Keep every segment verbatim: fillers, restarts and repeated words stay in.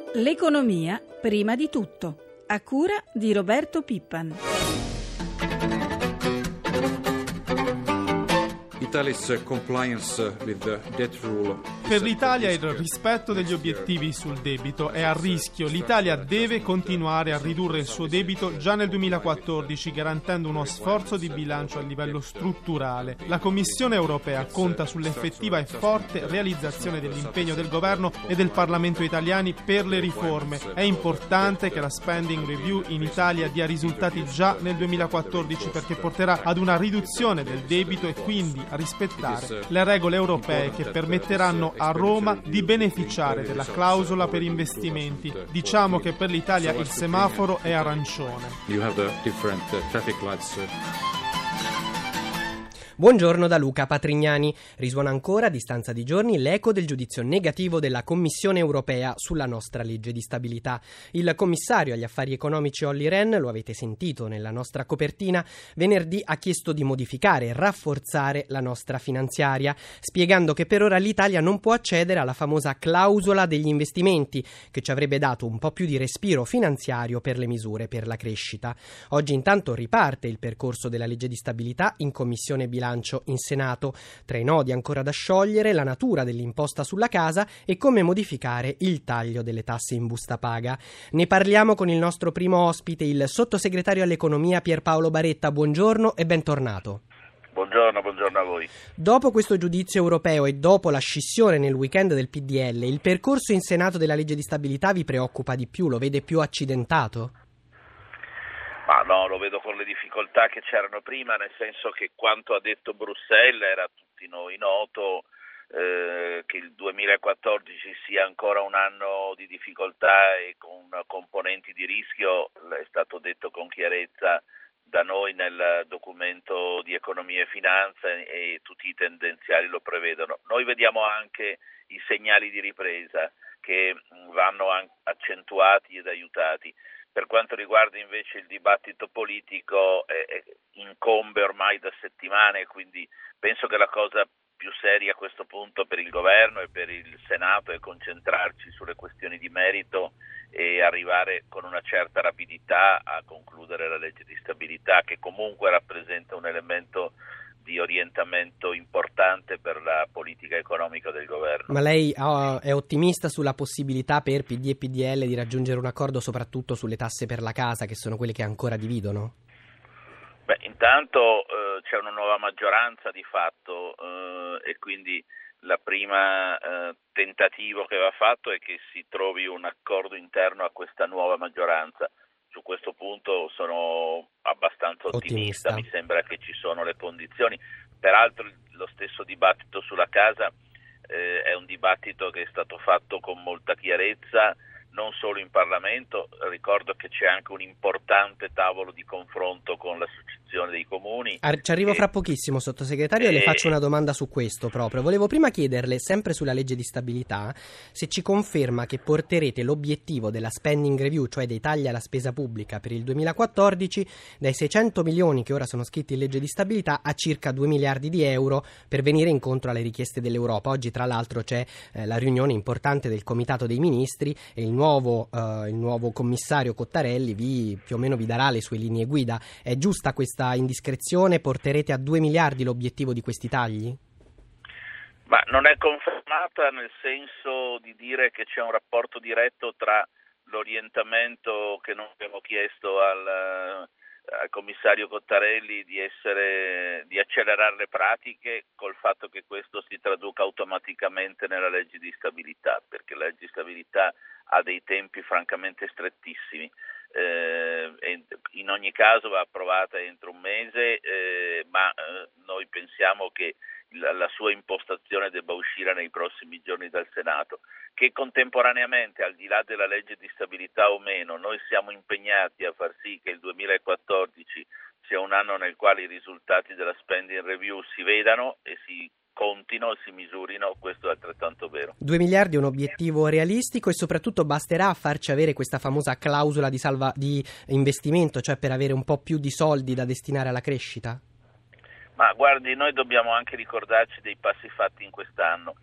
L'economia prima di tutto, a cura di Roberto Pippan. Italy's compliance with the debt rule. Per l'Italia il rispetto degli obiettivi sul debito è a rischio. L'Italia deve continuare a ridurre il suo debito già nel duemilaquattordici, garantendo uno sforzo di bilancio a livello strutturale. La Commissione europea conta sull'effettiva e forte realizzazione dell'impegno del governo e del Parlamento italiani per le riforme. È importante che la spending review in Italia dia risultati già nel duemilaquattordici, perché porterà ad una riduzione del debito e quindi a rispettare le regole europee che permetteranno a Roma di beneficiare della clausola per investimenti. Diciamo che per l'Italia il semaforo è arancione. You have the different uh, traffic lights. Uh. Buongiorno da Luca Patrignani. Risuona ancora a distanza di giorni l'eco del giudizio negativo della Commissione europea sulla nostra legge di stabilità. Il commissario agli affari economici Olli Rehn, lo avete sentito nella nostra copertina, venerdì ha chiesto di modificare e rafforzare la nostra finanziaria, spiegando che per ora l'Italia non può accedere alla famosa clausola degli investimenti, che ci avrebbe dato un po' più di respiro finanziario per le misure per la crescita. Oggi intanto riparte il percorso della legge di stabilità in Commissione Bilancio in Senato. Tra i nodi ancora da sciogliere, la natura dell'imposta sulla casa e come modificare il taglio delle tasse in busta paga. Ne parliamo con il nostro primo ospite, il sottosegretario all'economia Pierpaolo Baretta. Buongiorno e bentornato. Buongiorno, buongiorno a voi. Dopo questo giudizio europeo e dopo la scissione nel weekend del P D L, il percorso in Senato della legge di stabilità vi preoccupa di più? Lo vede più accidentato? Ma no, lo vedo con le difficoltà che c'erano prima, nel senso che quanto ha detto Bruxelles era a tutti noi noto, eh, che il duemilaquattordici sia ancora un anno di difficoltà e con componenti di rischio, è stato detto con chiarezza da noi nel documento di economia e finanza, e tutti i tendenziali lo prevedono. Noi vediamo anche i segnali di ripresa che vanno accentuati ed aiutati. Per quanto riguarda invece il dibattito politico, eh, incombe ormai da settimane, quindi penso che la cosa più seria a questo punto per il governo e per il Senato è concentrarci sulle questioni di merito e arrivare con una certa rapidità a concludere la legge di stabilità, che comunque rappresenta un elemento di orientamento importante per la politica economica del governo. Ma lei oh, è ottimista sulla possibilità per P D e P D L di raggiungere un accordo soprattutto sulle tasse per la casa, che sono quelle che ancora dividono? Beh, intanto eh, c'è una nuova maggioranza di fatto eh, e quindi la prima eh, tentativo che va fatto è che si trovi un accordo interno a questa nuova maggioranza. Su questo punto sono abbastanza ottimista, ottimista. Mi sembra che ci sono le condizioni. Peraltro lo stesso dibattito sulla casa eh, è un dibattito che è stato fatto con molta chiarezza, non solo in Parlamento. Ricordo che c'è anche un importante tavolo di confronto con l'associazione dei comuni. Ci arrivo e... fra pochissimo, sottosegretario, e le faccio una domanda su questo proprio. Volevo prima chiederle, sempre sulla legge di stabilità, se ci conferma che porterete l'obiettivo della spending review, cioè dei tagli alla spesa pubblica per il duemilaquattordici, dai seicento milioni che ora sono scritti in legge di stabilità a circa due miliardi di euro per venire incontro alle richieste dell'Europa. Oggi tra l'altro c'è eh, la riunione importante del Comitato dei Ministri e il nuovo, eh, il nuovo commissario Cottarelli vi, più o meno vi darà le sue linee guida. È giusta questa indiscrezione? Porterete a due miliardi l'obiettivo di questi tagli? Ma non è confermata, nel senso di dire che c'è un rapporto diretto tra l'orientamento che noi abbiamo chiesto al, al commissario Cottarelli di essere di accelerare le pratiche, col fatto che questo si traduca automaticamente nella legge di stabilità, perché la legge di stabilità ha dei tempi francamente strettissimi. Eh, in ogni caso va approvata entro un mese, eh, ma eh, noi pensiamo che la, la sua impostazione debba uscire nei prossimi giorni dal Senato, che contemporaneamente, al di là della legge di stabilità o meno, noi siamo impegnati a far sì che il duemilaquattordici sia un anno nel quale i risultati della spending review si vedano e si contino, si misurino. Questo è altrettanto vero. Due miliardi è un obiettivo realistico e soprattutto basterà farci avere questa famosa clausola di salva di investimento, cioè per avere un po' più di soldi da destinare alla crescita? Ma guardi, noi dobbiamo anche ricordarci dei passi fatti in quest'anno.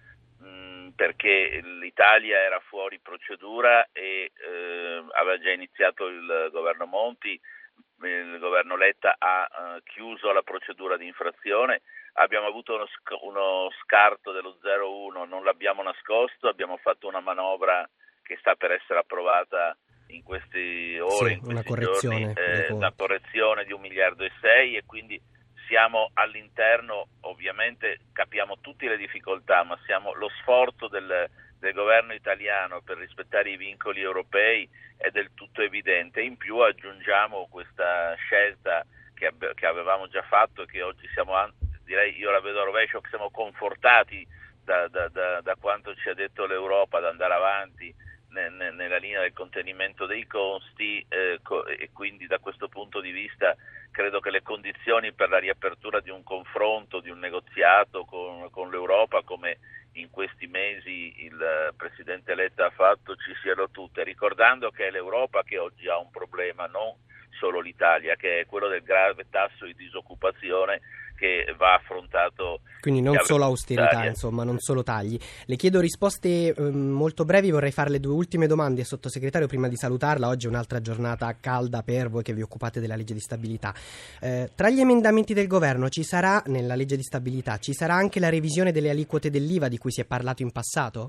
mh, perché l'Italia era fuori procedura e eh, aveva già iniziato il governo Monti, il governo Letta ha uh, chiuso la procedura di infrazione, abbiamo avuto uno, sc- uno scarto dello zero virgola uno, non l'abbiamo nascosto, abbiamo fatto una manovra che sta per essere approvata in queste ore, sì, in questi una correzione, giorni, eh, una correzione di un miliardo e sei, e quindi siamo all'interno, ovviamente capiamo tutte le difficoltà, ma siamo lo sforzo del, del governo italiano per rispettare i vincoli europei è del tutto evidente. In più aggiungiamo questa scelta che, che avevamo già fatto e che oggi siamo, direi, io la vedo a rovescio, che siamo confortati da, da, da, da quanto ci ha detto l'Europa, ad andare avanti nella linea del contenimento dei costi, eh, co- e quindi da questo punto di vista credo che le condizioni per la riapertura di un confronto, di un negoziato con, con l'Europa, come in questi mesi il Presidente Letta ha fatto, ci siano tutte, ricordando che è l'Europa che oggi ha un problema, non solo l'Italia, che è quello del grave tasso di disoccupazione che va affrontato. Quindi non solo austerità, insomma, non solo tagli. Le chiedo risposte eh, molto brevi, vorrei farle due ultime domande, sottosegretario, prima di salutarla. Oggi è un'altra giornata calda per voi che vi occupate della legge di stabilità. Eh, tra gli emendamenti del governo ci sarà, nella legge di stabilità, ci sarà anche la revisione delle aliquote dell'I V A di cui si è parlato in passato?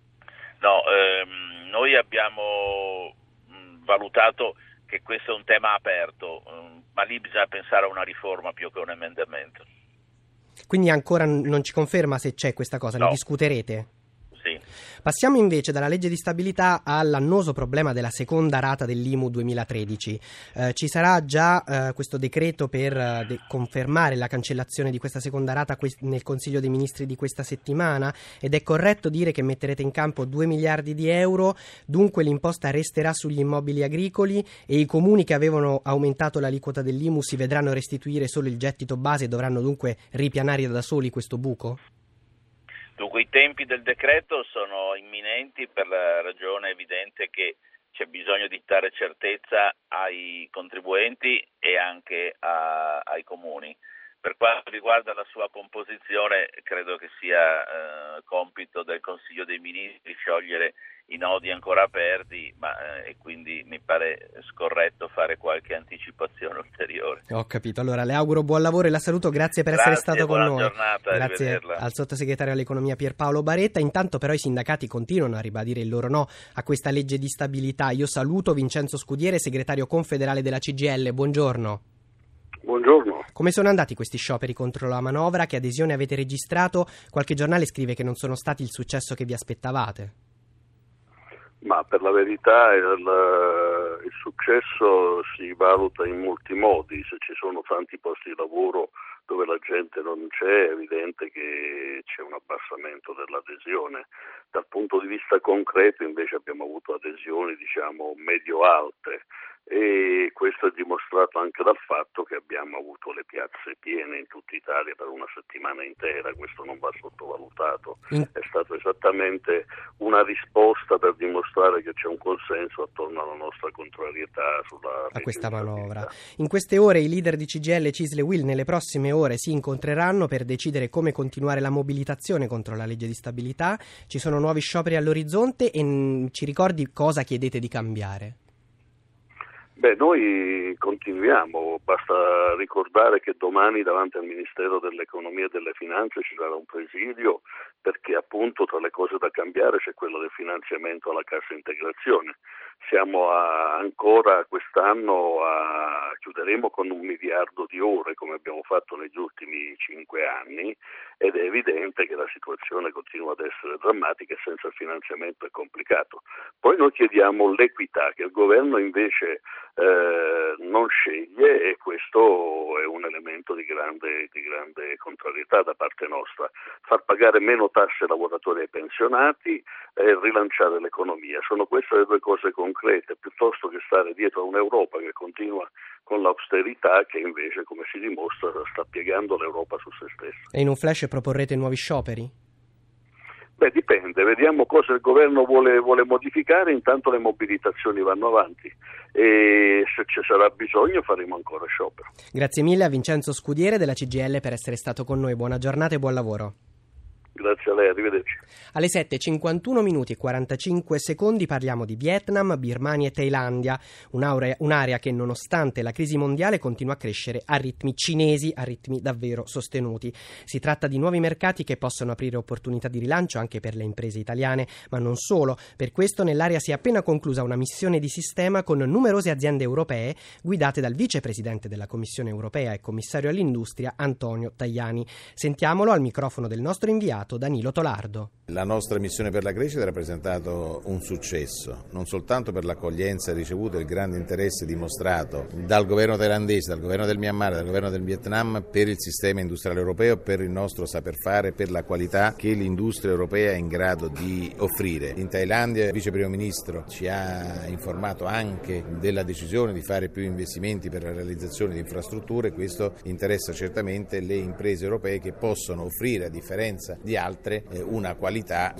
No, ehm, noi abbiamo mh, valutato che questo è un tema aperto, ma lì bisogna pensare a una riforma più che a un emendamento. Quindi ancora non ci conferma se c'è questa cosa, no. Ne discuterete? Sì. Passiamo invece dalla legge di stabilità all'annoso problema della seconda rata dell'I M U duemilatredici. Eh, ci sarà già eh, questo decreto per eh, de- confermare la cancellazione di questa seconda rata que- nel Consiglio dei Ministri di questa settimana, ed è corretto dire che metterete in campo due miliardi di euro, dunque l'imposta resterà sugli immobili agricoli e i comuni che avevano aumentato l'aliquota dell'I M U si vedranno restituire solo il gettito base e dovranno dunque ripianare da soli questo buco? Dunque i tempi del decreto sono imminenti per la ragione evidente che c'è bisogno di dare certezza ai contribuenti e anche a, ai comuni. Per quanto riguarda la sua composizione, credo che sia eh, compito del Consiglio dei Ministri sciogliere i nodi ancora aperti, ma eh, e quindi mi pare scorretto fare qualche anticipazione ulteriore. Ho capito, allora le auguro buon lavoro e la saluto, grazie per grazie, essere stato con noi. Giornata, grazie al sottosegretario all'economia Pierpaolo Baretta. Intanto però i sindacati continuano a ribadire il loro no a questa legge di stabilità. Io saluto Vincenzo Scudiere, segretario confederale della C G I L, buongiorno. Buongiorno. Come sono andati questi scioperi contro la manovra? Che adesione avete registrato? Qualche giornale scrive che non sono stati il successo che vi aspettavate. Ma per la verità il, il successo si valuta in molti modi. Se ci sono tanti posti di lavoro dove la gente non c'è, è evidente che c'è un abbassamento dell'adesione. Dal punto di vista concreto invece abbiamo avuto adesioni, diciamo, medio-alte, e questo è dimostrato anche dal fatto che abbiamo avuto le piazze piene in tutta Italia per una settimana intera. Questo non va sottovalutato. In... È stato esattamente una risposta per dimostrare che c'è un consenso attorno alla nostra contrarietà sulla a questa manovra. In queste ore i leader di C G I L, CISL e U I L nelle prossime ore si incontreranno per decidere come continuare la mobilitazione contro la legge di stabilità. Ci sono nuovi scioperi all'orizzonte e n- ci ricordi cosa chiedete di cambiare? Beh, noi continuiamo, basta ricordare che domani davanti al Ministero dell'Economia e delle Finanze ci sarà un presidio, perché appunto tra le cose da cambiare c'è quello del finanziamento alla cassa integrazione. Siamo a, ancora quest'anno a, chiuderemo con un miliardo di ore come abbiamo fatto negli ultimi cinque anni, ed è evidente che la situazione continua ad essere drammatica e senza il finanziamento è complicato. Poi noi chiediamo l'equità, che il governo invece eh, non sceglie, e questo è un elemento di grande, di grande contrarietà da parte nostra. Far pagare meno tasse ai lavoratori e ai pensionati e rilanciare l'economia. Sono queste le due cose concrete, piuttosto che stare dietro a un'Europa che continua con l'austerità, che invece, come si dimostra, sta piegando l'Europa su se stessa. E in un flash proporrete nuovi scioperi? Beh, dipende, vediamo cosa il governo vuole, vuole modificare. Intanto le mobilitazioni vanno avanti e se ci sarà bisogno faremo ancora sciopero. Grazie mille a Vincenzo Scudiere della C G I L per essere stato con noi. Buona giornata e buon lavoro. Grazie a lei, arrivederci. Alle sette e cinquantuno minuti e quarantacinque secondi parliamo di Vietnam, Birmania e Thailandia, un'area, un'area che nonostante la crisi mondiale continua a crescere a ritmi cinesi, a ritmi davvero sostenuti. Si tratta di nuovi mercati che possono aprire opportunità di rilancio anche per le imprese italiane, ma non solo. Per questo nell'area si è appena conclusa una missione di sistema con numerose aziende europee guidate dal vicepresidente della Commissione europea e commissario all'industria Antonio Tajani. Sentiamolo al microfono del nostro inviato Danilo Tolardo. La nostra missione per la crescita ha rappresentato un successo, non soltanto per l'accoglienza ricevuta e il grande interesse dimostrato dal governo thailandese, dal governo del Myanmar, dal governo del Vietnam per il sistema industriale europeo, per il nostro saper fare, per la qualità che l'industria europea è in grado di offrire. In Thailandia il vice primo ministro ci ha informato anche della decisione di fare più investimenti per la realizzazione di infrastrutture. Questo interessa certamente le imprese europee che possono offrire, a differenza di altre, una qualità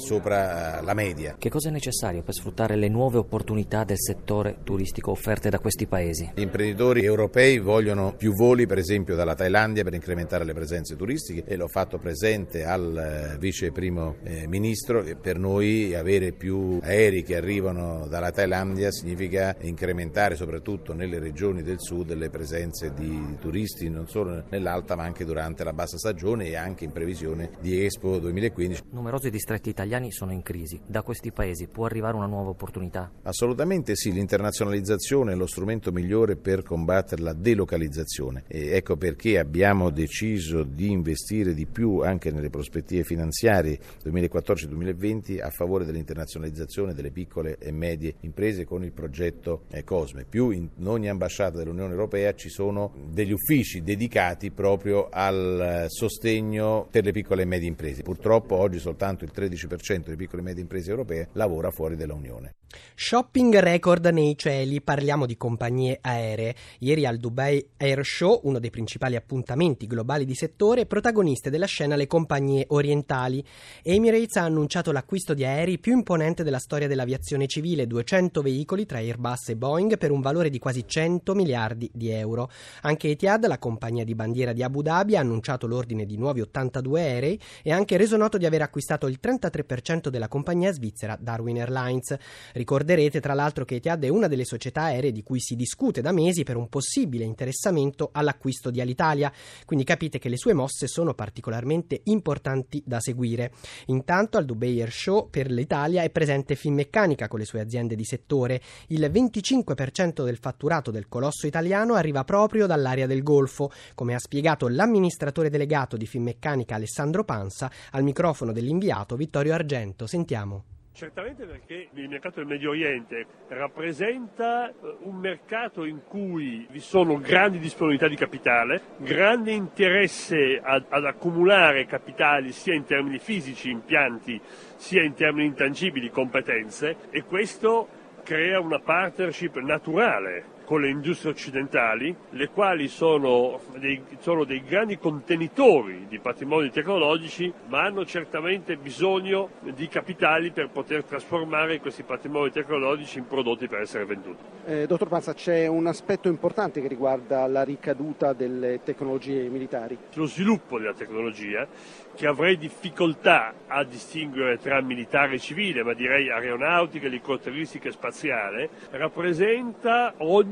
sopra la media. Che cosa è necessario per sfruttare le nuove opportunità del settore turistico offerte da questi paesi? Gli imprenditori europei vogliono più voli, per esempio dalla Thailandia, per incrementare le presenze turistiche, e l'ho fatto presente al vice primo ministro. Per noi avere più aerei che arrivano dalla Thailandia significa incrementare soprattutto nelle regioni del sud le presenze di turisti, non solo nell'alta ma anche durante la bassa stagione e anche in previsione di Expo duemilaquindici. Numerosi distretti italiani sono in crisi. Da questi paesi può arrivare una nuova opportunità? Assolutamente sì, l'internazionalizzazione è lo strumento migliore per combattere la delocalizzazione. E ecco perché abbiamo deciso di investire di più anche nelle prospettive finanziarie duemilaquattordici duemilaventi a favore dell'internazionalizzazione delle piccole e medie imprese con il progetto COSME. Più in ogni ambasciata dell'Unione Europea ci sono degli uffici dedicati proprio al sostegno per le piccole e medie imprese. Purtroppo oggi soltanto il tredici per cento delle piccole e medie imprese europee lavora fuori dall'Unione. Shopping record nei cieli, parliamo di compagnie aeree. Ieri al Dubai Air Show, uno dei principali appuntamenti globali di settore, protagoniste della scena le compagnie orientali. Emirates ha annunciato l'acquisto di aerei più imponente della storia dell'aviazione civile, duecento veicoli tra Airbus e Boeing per un valore di quasi cento miliardi di euro. Anche Etihad, la compagnia di bandiera di Abu Dhabi, ha annunciato l'ordine di nuovi ottantadue aerei e ha anche reso noto di aver acquistato il trentatré per cento della compagnia svizzera Darwin Airlines. Ricorderete tra l'altro che Etihad è una delle società aeree di cui si discute da mesi per un possibile interessamento all'acquisto di Alitalia, quindi capite che le sue mosse sono particolarmente importanti da seguire. Intanto al Dubai Air Show per l'Italia è presente Finmeccanica con le sue aziende di settore. Il venticinque per cento del fatturato del colosso italiano arriva proprio dall'area del Golfo, come ha spiegato l'amministratore delegato di Finmeccanica Alessandro Pansa al microfono dell'inviato Vittorio Argento. Sentiamo. Certamente perché il mercato del Medio Oriente rappresenta un mercato in cui vi sono grandi disponibilità di capitale, grande interesse ad, ad accumulare capitali sia in termini fisici, impianti, sia in termini intangibili, competenze, e questo crea una partnership naturale con le industrie occidentali, le quali sono dei, sono dei grandi contenitori di patrimoni tecnologici, ma hanno certamente bisogno di capitali per poter trasformare questi patrimoni tecnologici in prodotti per essere venduti. Eh, dottor Pansa, c'è un aspetto importante che riguarda la ricaduta delle tecnologie militari. Lo sviluppo della tecnologia, che avrei difficoltà a distinguere tra militare e civile, ma direi aeronautica, elicotteristica e spaziale, rappresenta oggi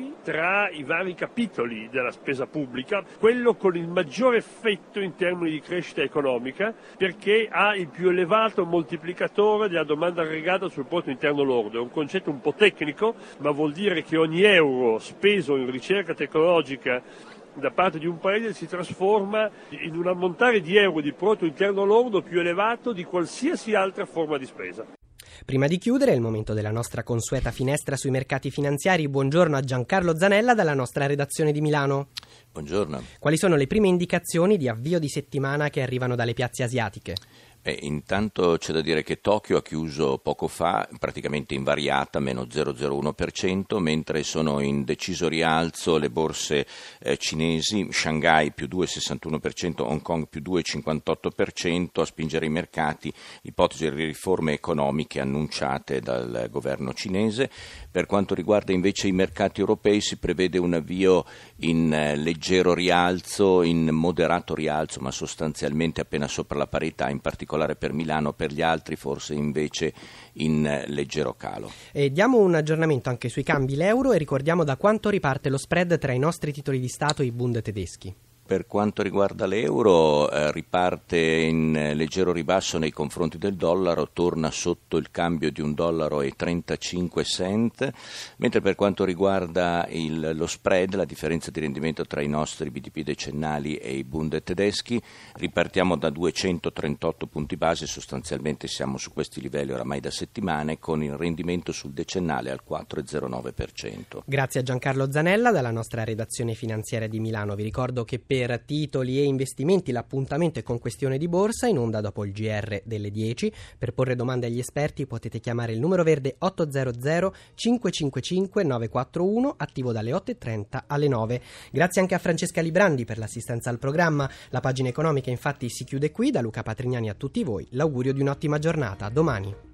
tra i vari capitoli della spesa pubblica quello con il maggiore effetto in termini di crescita economica, perché ha il più elevato moltiplicatore della domanda aggregata sul prodotto interno lordo. È un concetto un po' tecnico, ma vuol dire che ogni euro speso in ricerca tecnologica da parte di un paese si trasforma in un ammontare di euro di prodotto interno lordo più elevato di qualsiasi altra forma di spesa. Prima di chiudere è il momento della nostra consueta finestra sui mercati finanziari. Buongiorno a Giancarlo Zanella dalla nostra redazione di Milano. Buongiorno. Quali sono le prime indicazioni di avvio di settimana che arrivano dalle piazze asiatiche? Beh, intanto c'è da dire che Tokyo ha chiuso poco fa praticamente invariata, meno zero virgola zero uno per cento, mentre sono in deciso rialzo le borse eh, cinesi, Shanghai più due virgola sessantuno per cento, Hong Kong più due virgola cinquantotto per cento, a spingere i mercati l'ipotesi di riforme economiche annunciate dal governo cinese. Per quanto riguarda invece i mercati europei si prevede un avvio in eh, leggero rialzo, in moderato rialzo, ma sostanzialmente appena sopra la parità, in particolare particolare per Milano, per gli altri forse invece in leggero calo. E diamo un aggiornamento anche sui cambi l'euro e ricordiamo da quanto riparte lo spread tra i nostri titoli di Stato e i Bund tedeschi. Per quanto riguarda l'euro, eh, riparte in eh, leggero ribasso nei confronti del dollaro, torna sotto il cambio di un dollaro e trentacinque cent, mentre per quanto riguarda il, lo spread, la differenza di rendimento tra i nostri B T P decennali e i Bund tedeschi, ripartiamo da duecentotrentotto punti base, sostanzialmente siamo su questi livelli oramai da settimane, con il rendimento sul decennale al quattro virgola zero nove per cento. Grazie a Giancarlo Zanella dalla nostra redazione finanziaria di Milano. Vi ricordo che per Per titoli e investimenti l'appuntamento è con Questione di Borsa, in onda dopo il G R delle dieci. Per porre domande agli esperti potete chiamare il numero verde otto zero zero cinque cinque cinque nove quattro uno, attivo dalle otto e trenta alle nove. Grazie anche a Francesca Librandi per l'assistenza al programma. La pagina economica infatti si chiude qui. Da Luca Patrignani a tutti voi l'augurio di un'ottima giornata. A domani.